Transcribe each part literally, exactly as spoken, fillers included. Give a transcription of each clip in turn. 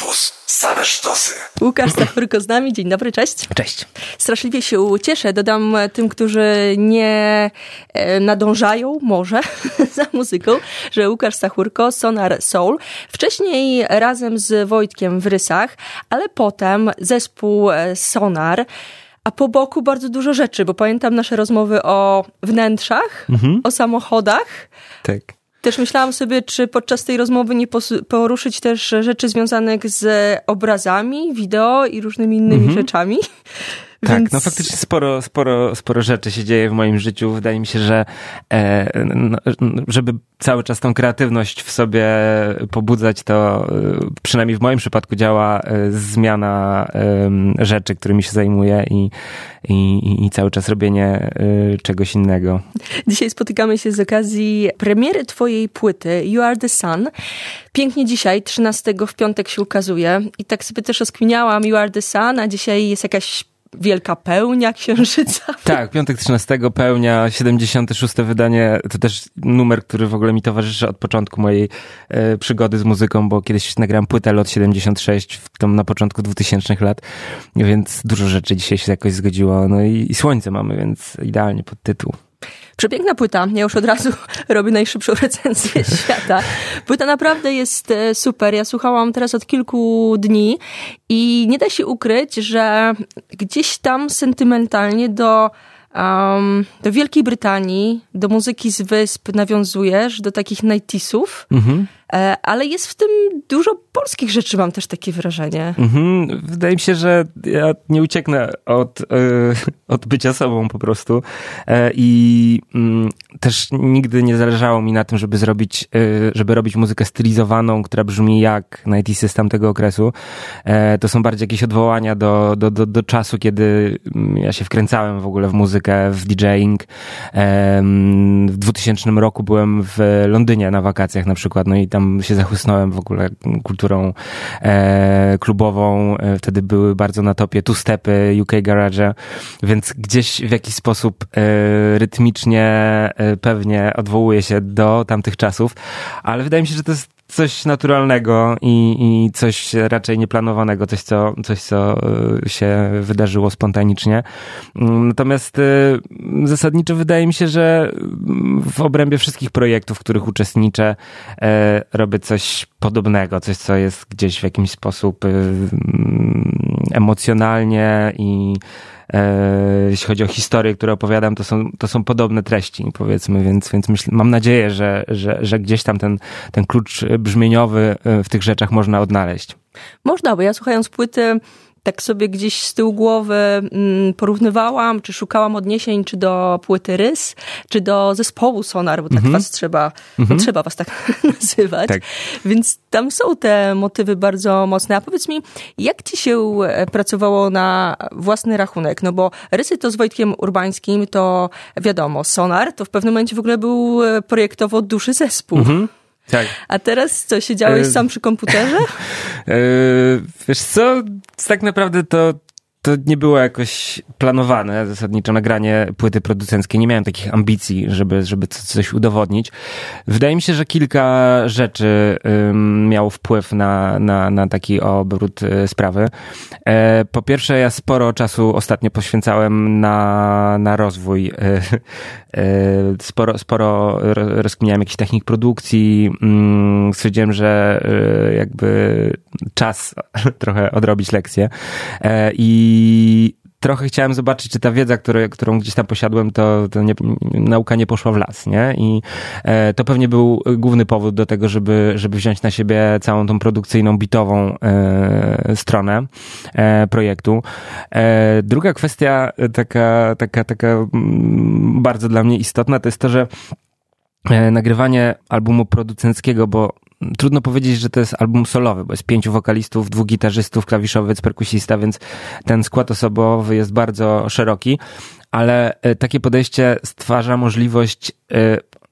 Campus. Same sztosy. Łukasz Stachurko z nami. Dzień dobry, cześć. Cześć. Straszliwie się cieszę. Dodam tym, którzy nie nadążają może za muzyką, że Łukasz Stachurko, Sonar Soul. Wcześniej razem z Wojtkiem w Rysach, ale potem zespół Sonar. A po boku bardzo dużo rzeczy, bo pamiętam nasze rozmowy o wnętrzach, mhm. o samochodach. Tak. Też myślałam sobie, czy podczas tej rozmowy nie poruszyć też rzeczy związanych z obrazami, wideo i różnymi innymi mhm. rzeczami. Tak, Więc... no faktycznie sporo, sporo, sporo rzeczy się dzieje w moim życiu. Wydaje mi się, że e, no, żeby cały czas tą kreatywność w sobie pobudzać, to e, przynajmniej w moim przypadku działa e, zmiana e, rzeczy, którymi się zajmuję i, i, i cały czas robienie e, czegoś innego. Dzisiaj spotykamy się z okazji premiery twojej płyty You Are The Sun. Pięknie dzisiaj, trzynastego w piątek się ukazuje i tak sobie też rozkminiałam You Are The Sun, a dzisiaj jest jakaś wielka pełnia księżyca. Tak, piątek trzynastego pełnia, siedemdziesiąte szóste wydanie, to też numer, który w ogóle mi towarzyszy od początku mojej e, przygody z muzyką, bo kiedyś nagrałem płytę Lot siedemdziesiąt sześć, w tym na początku dwutysięcznych lat, więc dużo rzeczy dzisiaj się jakoś zgodziło. No i, i słońce mamy, więc idealnie pod tytuł. Przepiękna płyta. Ja już od razu robię najszybszą recenzję świata. Płyta naprawdę jest super. Ja słuchałam teraz od kilku dni i nie da się ukryć, że gdzieś tam sentymentalnie do, um, do Wielkiej Brytanii, do muzyki z wysp nawiązujesz, do takich nineties-ów. Mhm. Ale jest w tym dużo polskich rzeczy, mam też takie wrażenie. Mhm. Wydaje mi się, że ja nie ucieknę od, yy, od bycia sobą po prostu yy, i yy, też nigdy nie zależało mi na tym, żeby zrobić, yy, żeby robić muzykę stylizowaną, która brzmi jak nineties z tamtego okresu. Yy, to są bardziej jakieś odwołania do, do, do, do czasu, kiedy ja się wkręcałem w ogóle w muzykę, w DJing. Yy, w dwutysięcznym roku byłem w Londynie na wakacjach na przykład, no i tam się zachłysnąłem w ogóle kulturą e, klubową. E, wtedy były bardzo na topie two-stepy, U K Garage, więc gdzieś w jakiś sposób e, rytmicznie e, pewnie odwołuje się do tamtych czasów, ale wydaje mi się, że to jest coś naturalnego i, i coś raczej nieplanowanego, coś co, coś, co się wydarzyło spontanicznie. Natomiast zasadniczo wydaje mi się, że w obrębie wszystkich projektów, w których uczestniczę, robię coś podobnego, coś, co jest gdzieś w jakiś sposób emocjonalnie i jeśli chodzi o historię, które opowiadam, to są, to są podobne treści, powiedzmy, więc, więc myśl, mam nadzieję, że, że, że gdzieś tam ten, ten klucz brzmieniowy w tych rzeczach można odnaleźć. Można, bo ja słuchając płyty tak sobie gdzieś z tyłu głowy porównywałam, czy szukałam odniesień, czy do płyty Rys, czy do zespołu Sonar, bo tak mm-hmm. was trzeba, mm-hmm. trzeba was tak nazywać. Tak. Więc tam są te motywy bardzo mocne. A powiedz mi, jak ci się pracowało na własny rachunek? No bo Rysy to z Wojtkiem Urbańskim, to wiadomo, Sonar to w pewnym momencie w ogóle był projektowo duży zespół. Mm-hmm. Tak. A teraz co, siedziałeś e... sam przy komputerze? E... Wiesz co, tak naprawdę to to nie było jakoś planowane zasadniczo nagranie płyty producenckiej. Nie miałem takich ambicji, żeby, żeby coś udowodnić. Wydaje mi się, że kilka rzeczy um, miało wpływ na, na, na taki obrót y, sprawy. E, po pierwsze, ja sporo czasu ostatnio poświęcałem na, na rozwój. E, e, sporo, sporo rozkminiałem jakichś technik produkcji. Um, stwierdziłem, że y, jakby czas trochę odrobić lekcję. E, I I trochę chciałem zobaczyć, czy ta wiedza, którą, którą gdzieś tam posiadłem, to, to nie, nauka nie poszła w las, nie? I e, to pewnie był główny powód do tego, żeby, żeby wziąć na siebie całą tą produkcyjną, bitową e, stronę e, projektu. E, druga kwestia, taka, taka, taka m, bardzo dla mnie istotna, to jest to, że e, nagrywanie albumu producenckiego, bo trudno powiedzieć, że to jest album solowy, bo jest pięciu wokalistów, dwóch gitarzystów, klawiszowiec, perkusista, więc ten skład osobowy jest bardzo szeroki, ale takie podejście stwarza możliwość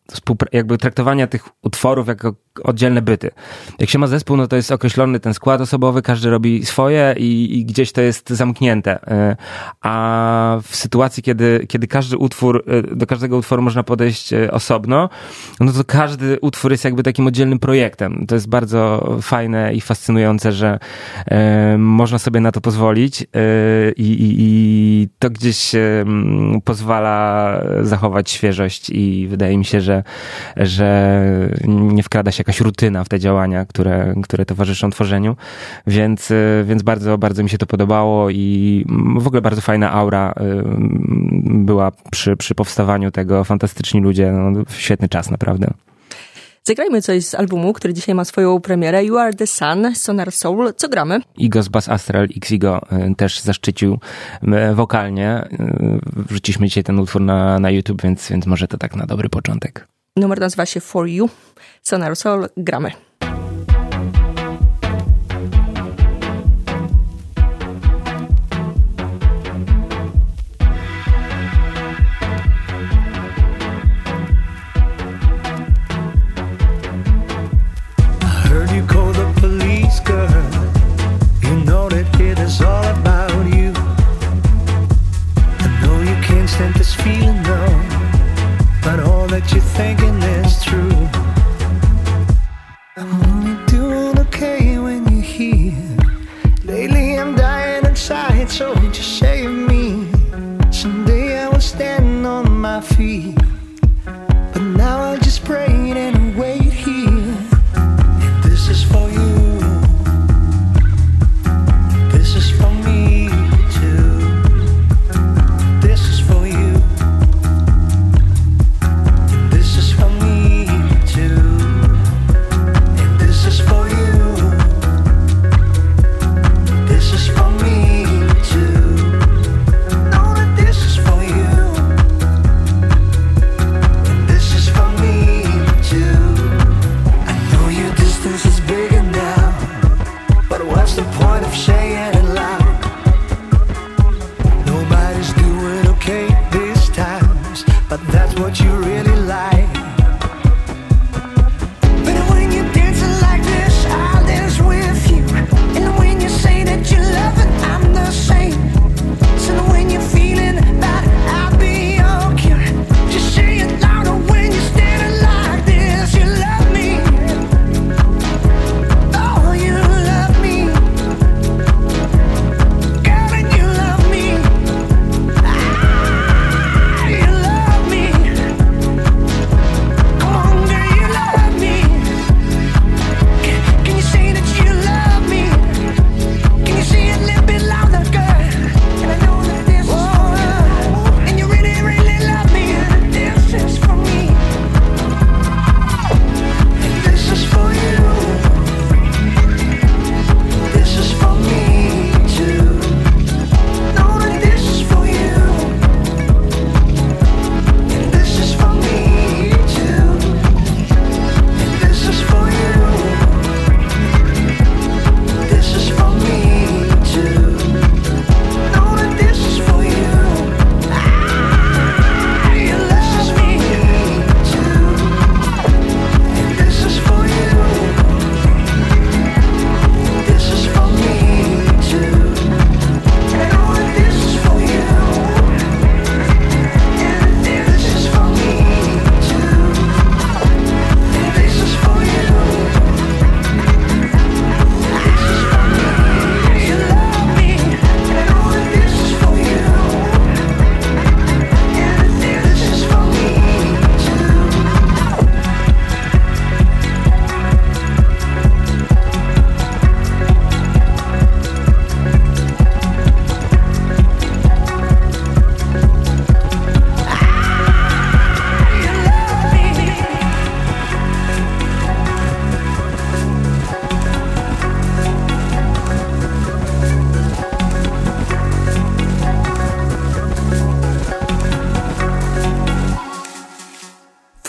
jakby traktowania tych utworów jako oddzielne byty. Jak się ma zespół, no to jest określony ten skład osobowy, każdy robi swoje i, i gdzieś to jest zamknięte. A w sytuacji, kiedy, kiedy każdy utwór, do każdego utworu można podejść osobno, no to każdy utwór jest jakby takim oddzielnym projektem. To jest bardzo fajne i fascynujące, że e, można sobie na to pozwolić e, i, i to gdzieś e, pozwala zachować świeżość i wydaje mi się, że, że nie wkrada się jakaś rutyna w te działania, które, które towarzyszą tworzeniu, więc, więc bardzo, bardzo mi się to podobało i w ogóle bardzo fajna aura była przy, przy powstawaniu tego, fantastyczni ludzie, no, świetny czas naprawdę. Zagrajmy coś z albumu, który dzisiaj ma swoją premierę. You Are The Sun, Sonar Soul. Co gramy? Igos Bass Astral X Igo też zaszczycił wokalnie. Wrzuciliśmy dzisiaj ten utwór na, na YouTube, więc, więc może to tak na dobry początek. Numer nazywa się For You, Sonar Soul. Gramy. You're thinking is true. I'm only doing okay when you're here. Lately I'm dying inside, so just save me. Someday I will stand on my feet, but now I'll just pray and wait here. And this is for you. This is for me too. This is for you. For you, this is for me too.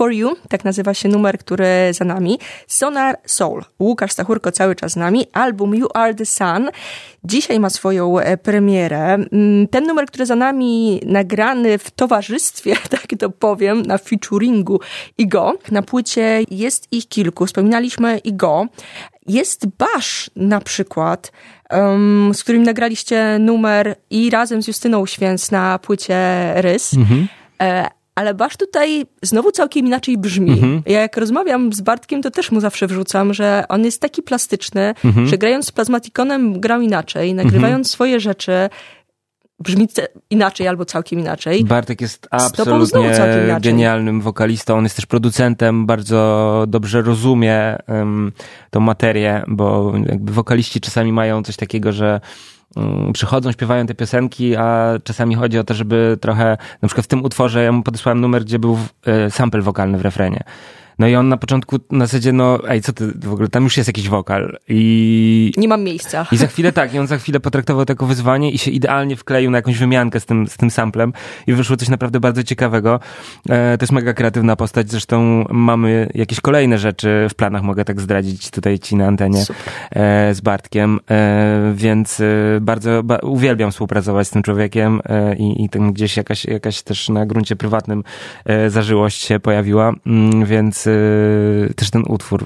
For You, tak nazywa się numer, który za nami. Sonar Soul, Łukasz Stachurko cały czas z nami. Album You Are The Sun dzisiaj ma swoją premierę. Ten numer, który za nami, nagrany w towarzystwie, tak to powiem, na featuringu Igo. Na płycie jest ich kilku. Wspominaliśmy Igo. Jest Bash na przykład, um, z którym nagraliście numer i razem z Justyną Święc na płycie Rys. Mhm. E, ale Bash tutaj znowu całkiem inaczej brzmi. Mhm. Ja jak rozmawiam z Bartkiem, to też mu zawsze wrzucam, że on jest taki plastyczny, mhm. że grając z Plasmaticonem grał inaczej, nagrywając mhm. swoje rzeczy, brzmi inaczej albo całkiem inaczej. Bartek jest absolutnie genialnym wokalistą. On jest też producentem, bardzo dobrze rozumie um, tą materię, bo jakby wokaliści czasami mają coś takiego, że um, przychodzą, śpiewają te piosenki, a czasami chodzi o to, żeby trochę, na przykład w tym utworze ja mu podesłałem numer, gdzie był e, sample wokalny w refrenie. No i on na początku na zasadzie, no ej, co ty w ogóle, tam już jest jakiś wokal i... Nie mam miejsca. I za chwilę tak, i on za chwilę potraktował to jako wyzwanie i się idealnie wkleił na jakąś wymiankę z tym, z tym samplem i wyszło coś naprawdę bardzo ciekawego. E, to jest mega kreatywna postać, zresztą mamy jakieś kolejne rzeczy w planach, mogę tak zdradzić tutaj ci na antenie e, z Bartkiem, e, więc e, bardzo ba, uwielbiam współpracować z tym człowiekiem e, i, i tam gdzieś jakaś, jakaś też na gruncie prywatnym e, zażyłość się pojawiła, mm, więc też ten utwór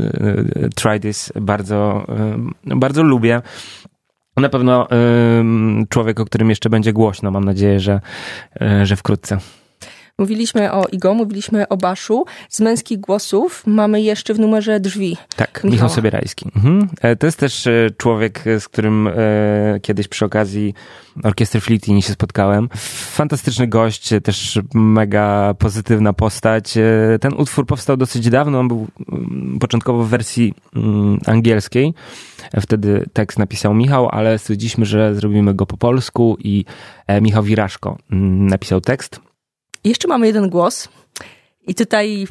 Try This bardzo, bardzo lubię. Na pewno człowiek, o którym jeszcze będzie głośno, mam nadzieję, że, że wkrótce. Mówiliśmy o Igo, mówiliśmy o Baszu. Z męskich głosów mamy jeszcze w numerze Drzwi. Tak, Michała. Michał Sobierajski. Mhm. To jest też człowiek, z którym kiedyś przy okazji orkiestry Fleetini się spotkałem. Fantastyczny gość, też mega pozytywna postać. Ten utwór powstał dosyć dawno, on był początkowo w wersji angielskiej. Wtedy tekst napisał Michał, ale stwierdziliśmy, że zrobimy go po polsku i Michał Wiraszko napisał tekst. Jeszcze mamy jeden głos i tutaj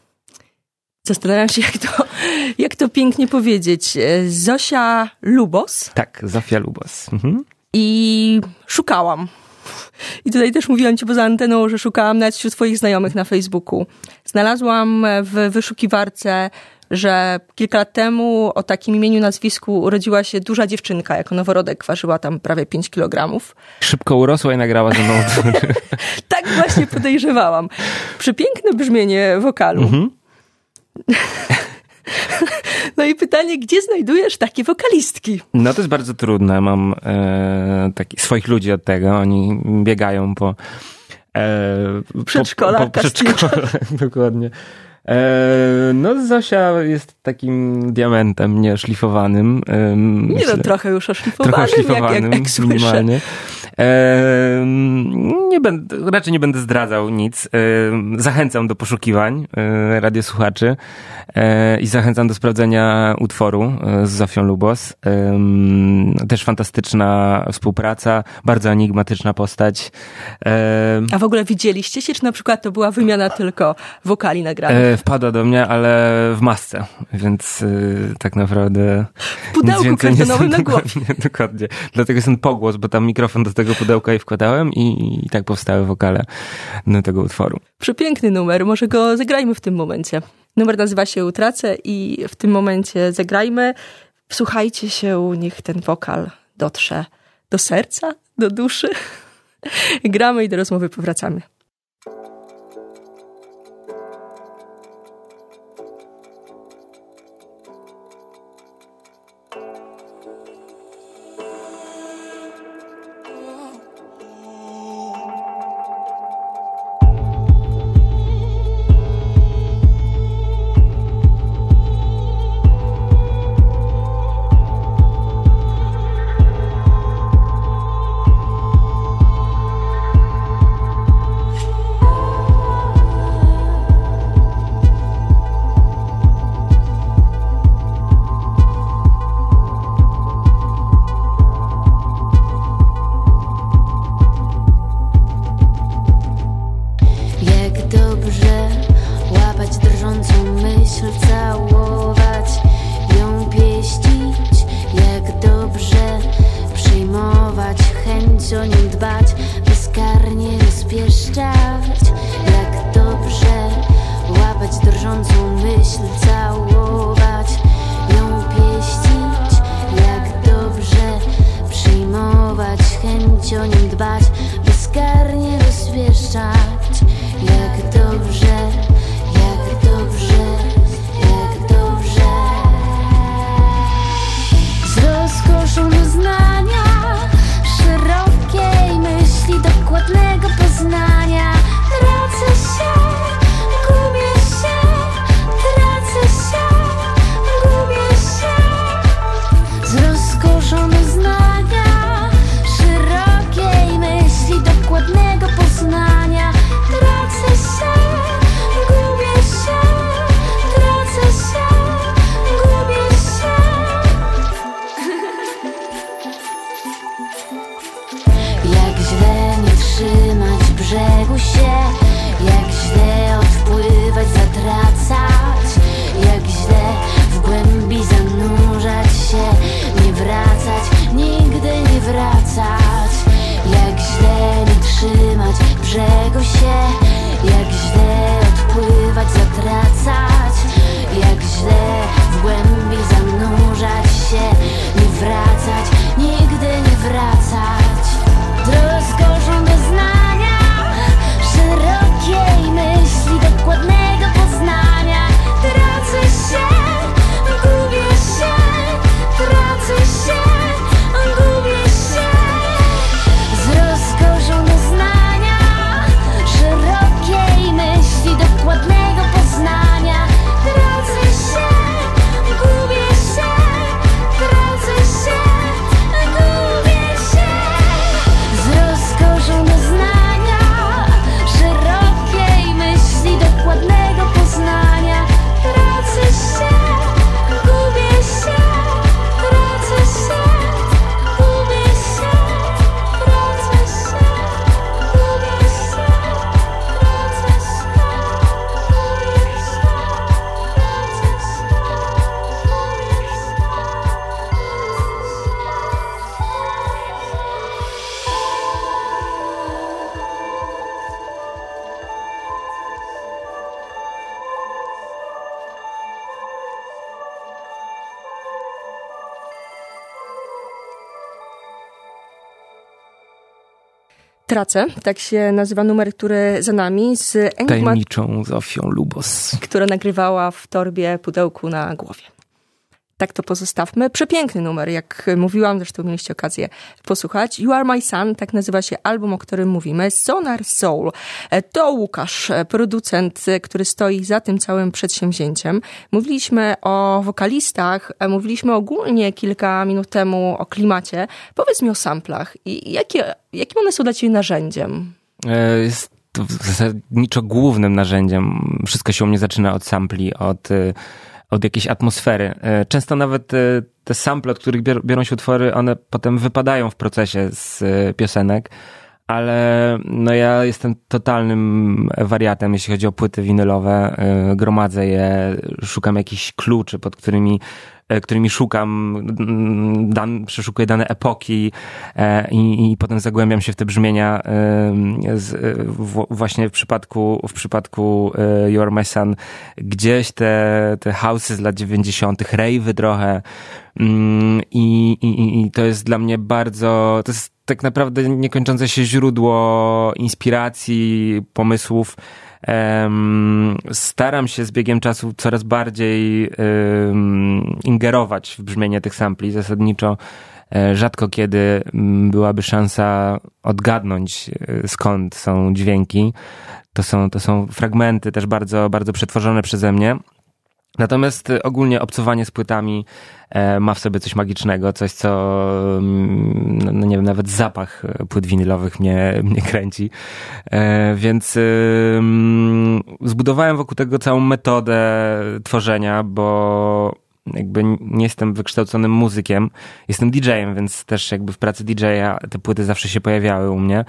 zastanawiam się, jak to, jak to pięknie powiedzieć. Zosia Lubos. Tak, Zofia Lubos. Mhm. I szukałam. I tutaj też mówiłam ci poza anteną, że szukałam nawet wśród twoich znajomych na Facebooku. Znalazłam w wyszukiwarce, że kilka lat temu o takim imieniu, nazwisku urodziła się duża dziewczynka. Jako noworodek ważyła tam prawie pięć kilogramów. Szybko urosła i nagrała ze mną. Tak właśnie podejrzewałam. Przepiękne brzmienie wokalu. Mhm. No i pytanie, gdzie znajdujesz takie wokalistki? No to jest bardzo trudne. Mam e, taki, swoich ludzi od tego. Oni biegają po e, przedszkolach. Po, po, po przedszkolach, dokładnie. No Zosia jest takim diamentem nieoszlifowanym. Nie no, trochę już oszlifowanym, trochę oszlifowanym, jak, jak, jak minimalnie. Nie będę, raczej nie będę zdradzał nic. Zachęcam do poszukiwań radiosłuchaczy i zachęcam do sprawdzenia utworu z Zofią Lubos. Też fantastyczna współpraca, bardzo enigmatyczna postać. A w ogóle widzieliście się, czy na przykład to była wymiana tylko wokali nagranych? Wpadła do mnie, ale w masce, więc yy, tak naprawdę... W pudełku kartonowym na głowie. Dokładnie. Dlatego jest ten pogłos, bo tam mikrofon do tego pudełka i wkładałem i, i tak powstały wokale do tego utworu. Przepiękny numer, może go zagrajmy w tym momencie. Numer nazywa się Utracę i w tym momencie zagrajmy. Wsłuchajcie się, niech ten wokal dotrze do serca, do duszy. Gramy i do rozmowy powracamy. umieć o nim dbać, bezkarnie rozwieszczać. Jak dobrze, jak dobrze, jak dobrze. Z rozkoszą doznania, szerokiej myśli, dokładnego poznania tracę się, gubię się, tracę się, gubię się. Z rozkoszą doznania, szerokiej myśli, dokładnego poznania tracę się, gubię się, tracę się, gubię się. Jak źle nie trzymać brzegu się, jak źle odpływać, zatracać, jak źle w głębi zanurzać się, nie wracać, nigdy nie wracać. Jak źle nie trzymać brzegu się, jak źle odpływać, zatracać, jak źle w głębi zanurzać się, nie wracać, nigdy nie wracać. Rozkoszą doznania, szerokiej myśli, dokładnego poznania tracę się, gubię się, tracę się, gubię się. Z rozkoszą doznania, szerokiej myśli, dokładnego poznania tracę się, gubię się, tracę się, gubię się. Z rozkoszą doznania, szerokiej myśli, dokładnego poznania tracę się, gubię się, tracę się, gubię się, tracę się, gubię się, tracę Tracę, tak się nazywa numer, który za nami, z Enigma, Tajemniczą Zofią Lubos, która nagrywała w torbie, pudełku na głowie. Tak to pozostawmy. Przepiękny numer, jak mówiłam, zresztą mieliście okazję posłuchać. You Are My Sun, tak nazywa się album, o którym mówimy. Sonar Soul. To Łukasz, producent, który stoi za tym całym przedsięwzięciem. Mówiliśmy o wokalistach, mówiliśmy ogólnie kilka minut temu o klimacie. Powiedz mi o samplach i jakie, jakim one są dla ciebie narzędziem? Jest to zasadniczo głównym narzędziem. Wszystko się u mnie zaczyna od sampli, od od jakiejś atmosfery. Często nawet te sample, od których biorą się utwory, one potem wypadają w procesie z piosenek, ale no ja jestem totalnym wariatem, jeśli chodzi o płyty winylowe. Gromadzę je, szukam jakichś kluczy, pod którymi którymi szukam, dan, przeszukuję dane epoki e, i, i potem zagłębiam się w te brzmienia e, z, w, właśnie w przypadku w przypadku e, You Are My Sun gdzieś te, te house'y z lat dziewięćdziesiątych, rave'y trochę mm, i, i, i to jest dla mnie bardzo, to jest tak naprawdę niekończące się źródło inspiracji, pomysłów. Um, staram się z biegiem czasu coraz bardziej um, ingerować w brzmienie tych sampli. Zasadniczo e, rzadko kiedy m, byłaby szansa odgadnąć, e, skąd są dźwięki. To są, to są fragmenty też bardzo, bardzo przetworzone przeze mnie. Natomiast ogólnie obcowanie z płytami e, ma w sobie coś magicznego, coś co, no, no nie wiem, nawet zapach płyt winylowych mnie, mnie kręci. E, więc e, zbudowałem wokół tego całą metodę tworzenia, bo jakby nie jestem wykształconym muzykiem, jestem didżejem, więc też jakby w pracy didżeja te płyty zawsze się pojawiały u mnie.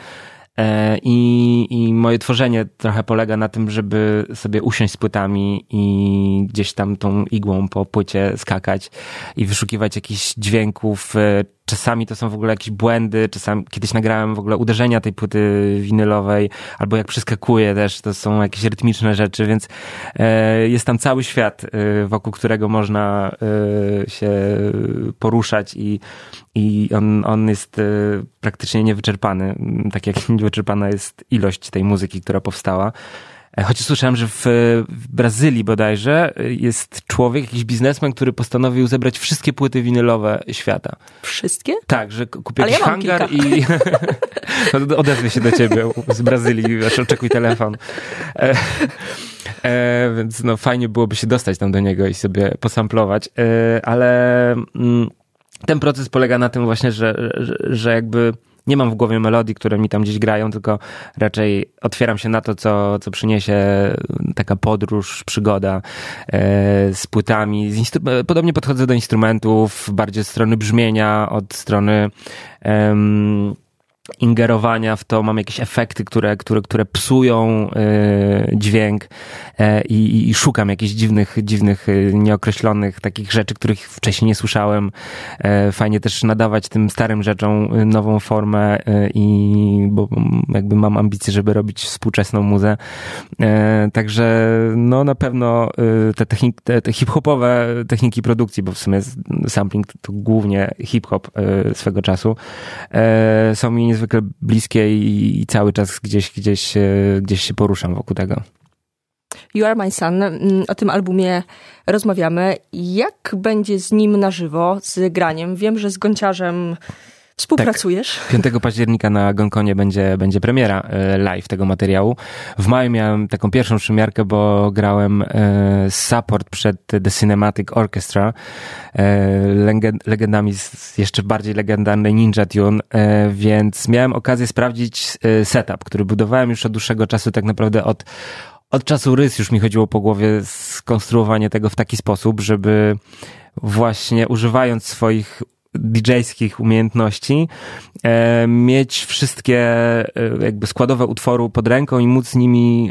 I, I moje tworzenie trochę polega na tym, żeby sobie usiąść z płytami i gdzieś tam tą igłą po płycie skakać i wyszukiwać jakichś dźwięków, czasami to są w ogóle jakieś błędy, czasami kiedyś nagrałem w ogóle uderzenia tej płyty winylowej, albo jak przeskakuje też, to są jakieś rytmiczne rzeczy, więc e, jest tam cały świat, e, wokół którego można e, się poruszać i, i on, on jest e, praktycznie niewyczerpany, tak jak niewyczerpana jest ilość tej muzyki, która powstała. Choć słyszałem, że w, w Brazylii bodajże jest człowiek, jakiś biznesmen, który postanowił zebrać wszystkie płyty winylowe świata. Wszystkie? Tak, że kupił Ale jakiś ja mam hangar kilka. i no, odezwę się do ciebie z Brazylii, znaczy oczekuj telefon. E, e, więc no fajnie byłoby się dostać tam do niego i sobie posamplować, e, ale mm, ten proces polega na tym właśnie, że, że, że jakby nie mam w głowie melodii, które mi tam gdzieś grają, tylko raczej otwieram się na to, co, co przyniesie taka podróż, przygoda e, z płytami. Z instru- Podobnie podchodzę do instrumentów, bardziej od strony brzmienia, od strony em, ingerowania w to. Mam jakieś efekty, które, które, które psują e, dźwięk e, i, i szukam jakichś dziwnych, dziwnych, e, nieokreślonych takich rzeczy, których wcześniej nie słyszałem. E, fajnie też nadawać tym starym rzeczom nową formę e, i bo jakby mam ambicje, żeby robić współczesną muzę. E, także no na pewno e, te, technik, te, te hip-hopowe techniki produkcji, bo w sumie sampling to, to głównie hip-hop e, swego czasu, e, są mi niezwykle bliskie i, i cały czas gdzieś, gdzieś, gdzieś się poruszam wokół tego. You Are My Sun, o tym albumie rozmawiamy. Jak będzie z nim na żywo, z graniem? Wiem, że z Gonciarzem współpracujesz. Tak. piątego października na Gonkonie będzie, będzie premiera live tego materiału. W maju miałem taką pierwszą przymiarkę, bo grałem support przed The Cinematic Orchestra, legendami z jeszcze bardziej legendarnej Ninja Tune, więc miałem okazję sprawdzić setup, który budowałem już od dłuższego czasu, tak naprawdę od Od czasu Rys już mi chodziło po głowie skonstruowanie tego w taki sposób, żeby właśnie używając swoich didżejskich umiejętności e, mieć wszystkie e, jakby składowe utworu pod ręką i móc nimi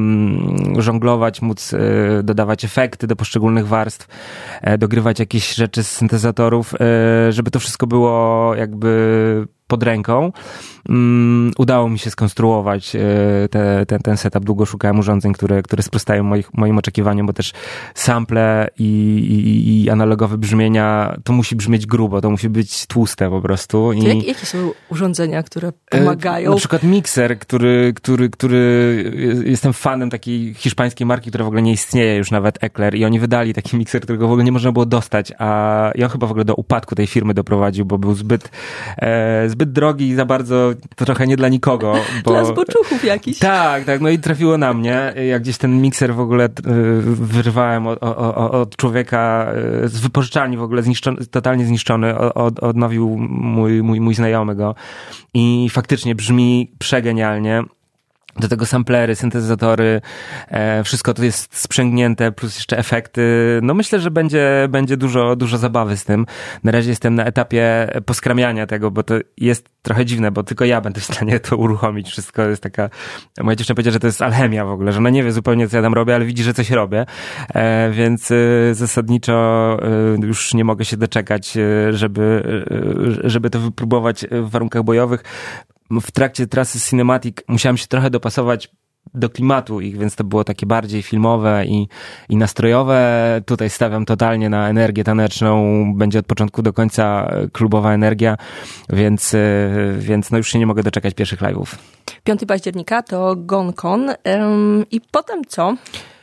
e, żonglować, móc e, dodawać efekty do poszczególnych warstw, e, dogrywać jakieś rzeczy z syntezatorów, e, żeby to wszystko było jakby pod ręką. Um, udało mi się skonstruować e, te, ten, ten setup. Długo szukałem urządzeń, które, które sprostają moich, moim oczekiwaniom, bo też sample i, i, i analogowe brzmienia, to musi brzmieć grubo, to musi być tłuste po prostu. I, Jak, jakie są urządzenia, które pomagają? E, na przykład mikser, który, który, który jestem fanem takiej hiszpańskiej marki, która w ogóle nie istnieje już, nawet Eclair, i oni wydali taki mikser, którego w ogóle nie można było dostać, a i on chyba w ogóle do upadku tej firmy doprowadził, bo był zbyt e, zbyt drogi i za bardzo to trochę nie dla nikogo. Bo... Dla zboczuchów jakiś. Tak, tak, no i trafiło na mnie. Jak gdzieś ten mikser w ogóle wyrwałem od, od, od człowieka z wypożyczalni w ogóle, zniszczony, totalnie zniszczony, od, odnowił mój, mój, mój znajomy go i faktycznie brzmi przegenialnie. Do tego samplery, syntezatory, e, wszystko to jest sprzęgnięte, plus jeszcze efekty. No myślę, że będzie, będzie dużo, dużo zabawy z tym. Na razie jestem na etapie poskramiania tego, bo to jest trochę dziwne, bo tylko ja będę w stanie to uruchomić. Wszystko jest taka, moja dziewczyna powiedziała, że to jest alchemia w ogóle, że ona nie wie zupełnie, co ja tam robię, ale widzi, że coś robię. E, więc y, zasadniczo y, już nie mogę się doczekać, y, żeby, y, żeby to wypróbować w warunkach bojowych. W trakcie trasy Cinematic musiałem się trochę dopasować do klimatu ich, więc to było takie bardziej filmowe i, i nastrojowe. Tutaj stawiam totalnie na energię taneczną. Będzie od początku do końca klubowa energia, więc, więc no już się nie mogę doczekać pierwszych live'ów. piątego października to GonCon ym, i potem co?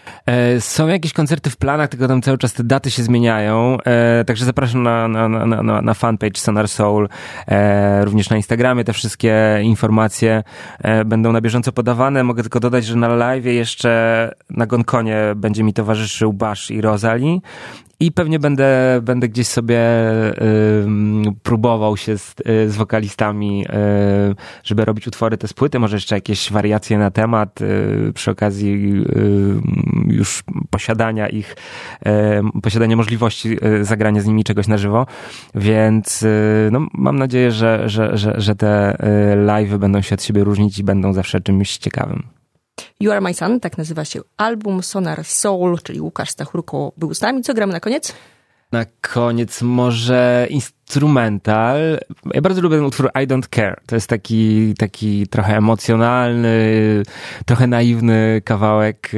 Są jakieś koncerty w planach, tylko tam cały czas te daty się zmieniają, e, także zapraszam na, na, na, na, na fanpage Sonar Soul, e, również na Instagramie te wszystkie informacje e, będą na bieżąco podawane. Mogę tylko dodać, że na live jeszcze na GonConie będzie mi towarzyszył Bash i Rosalie. I pewnie będę, będę gdzieś sobie y, próbował się z, y, z wokalistami, y, żeby robić utwory te z płyty, może jeszcze jakieś wariacje na temat, y, przy okazji y, już posiadania ich, y, posiadania możliwości y, zagrania z nimi czegoś na żywo, więc y, no, mam nadzieję, że, że, że, że te y, live'y będą się od siebie różnić i będą zawsze czymś ciekawym. You Are My Sun, tak nazywa się album. Sonar Soul, czyli Łukasz Stachurko był z nami. Co gramy na koniec? Na koniec może instrumental. Ja bardzo lubię ten utwór I Don't Care. To jest taki, taki trochę emocjonalny, trochę naiwny kawałek,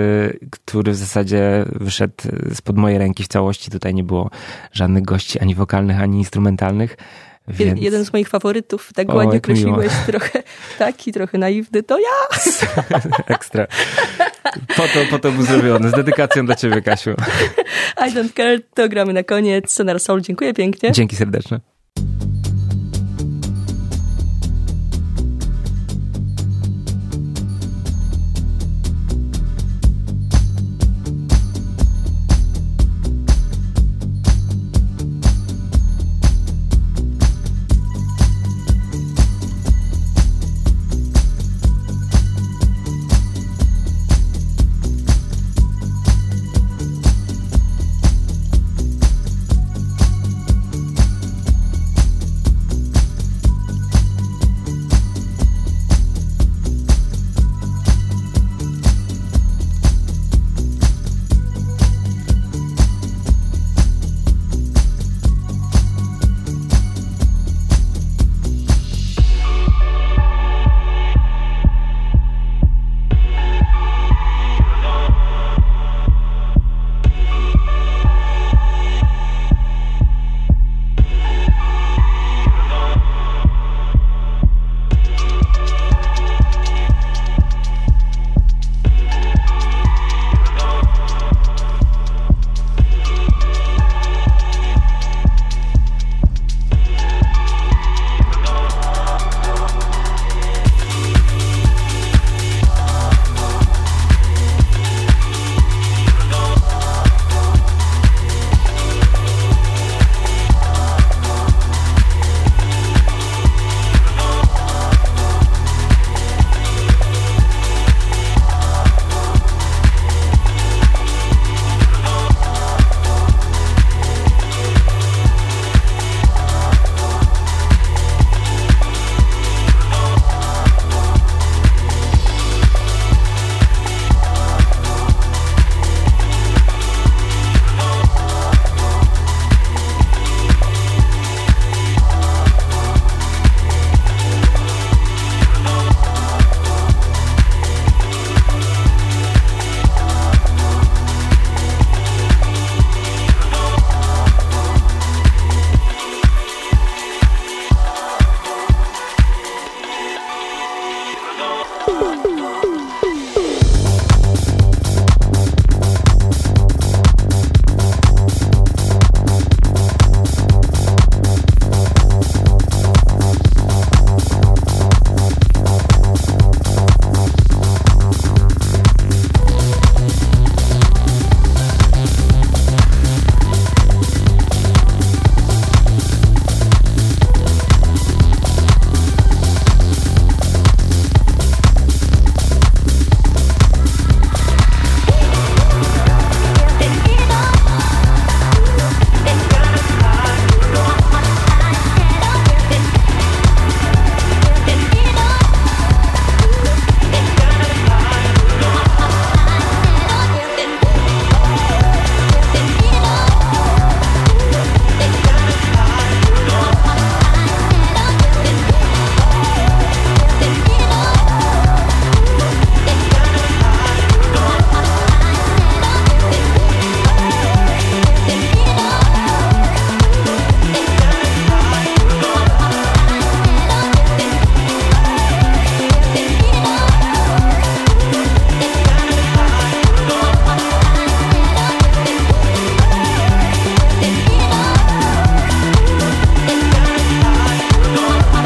który w zasadzie wyszedł spod mojej ręki w całości. Tutaj nie było żadnych gości ani wokalnych, ani instrumentalnych. Więc... Jeden z moich faworytów, tak o, ładnie określiłeś, trochę taki, trochę naiwny, to ja! Ekstra. Po to, po to był zrobiony, z dedykacją dla ciebie, Kasiu. I Don't Care, to gramy na koniec. Sonar Soul, dziękuję pięknie. Dzięki serdeczne.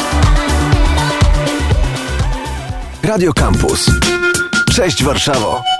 Radio Campus. Cześć Warszawo.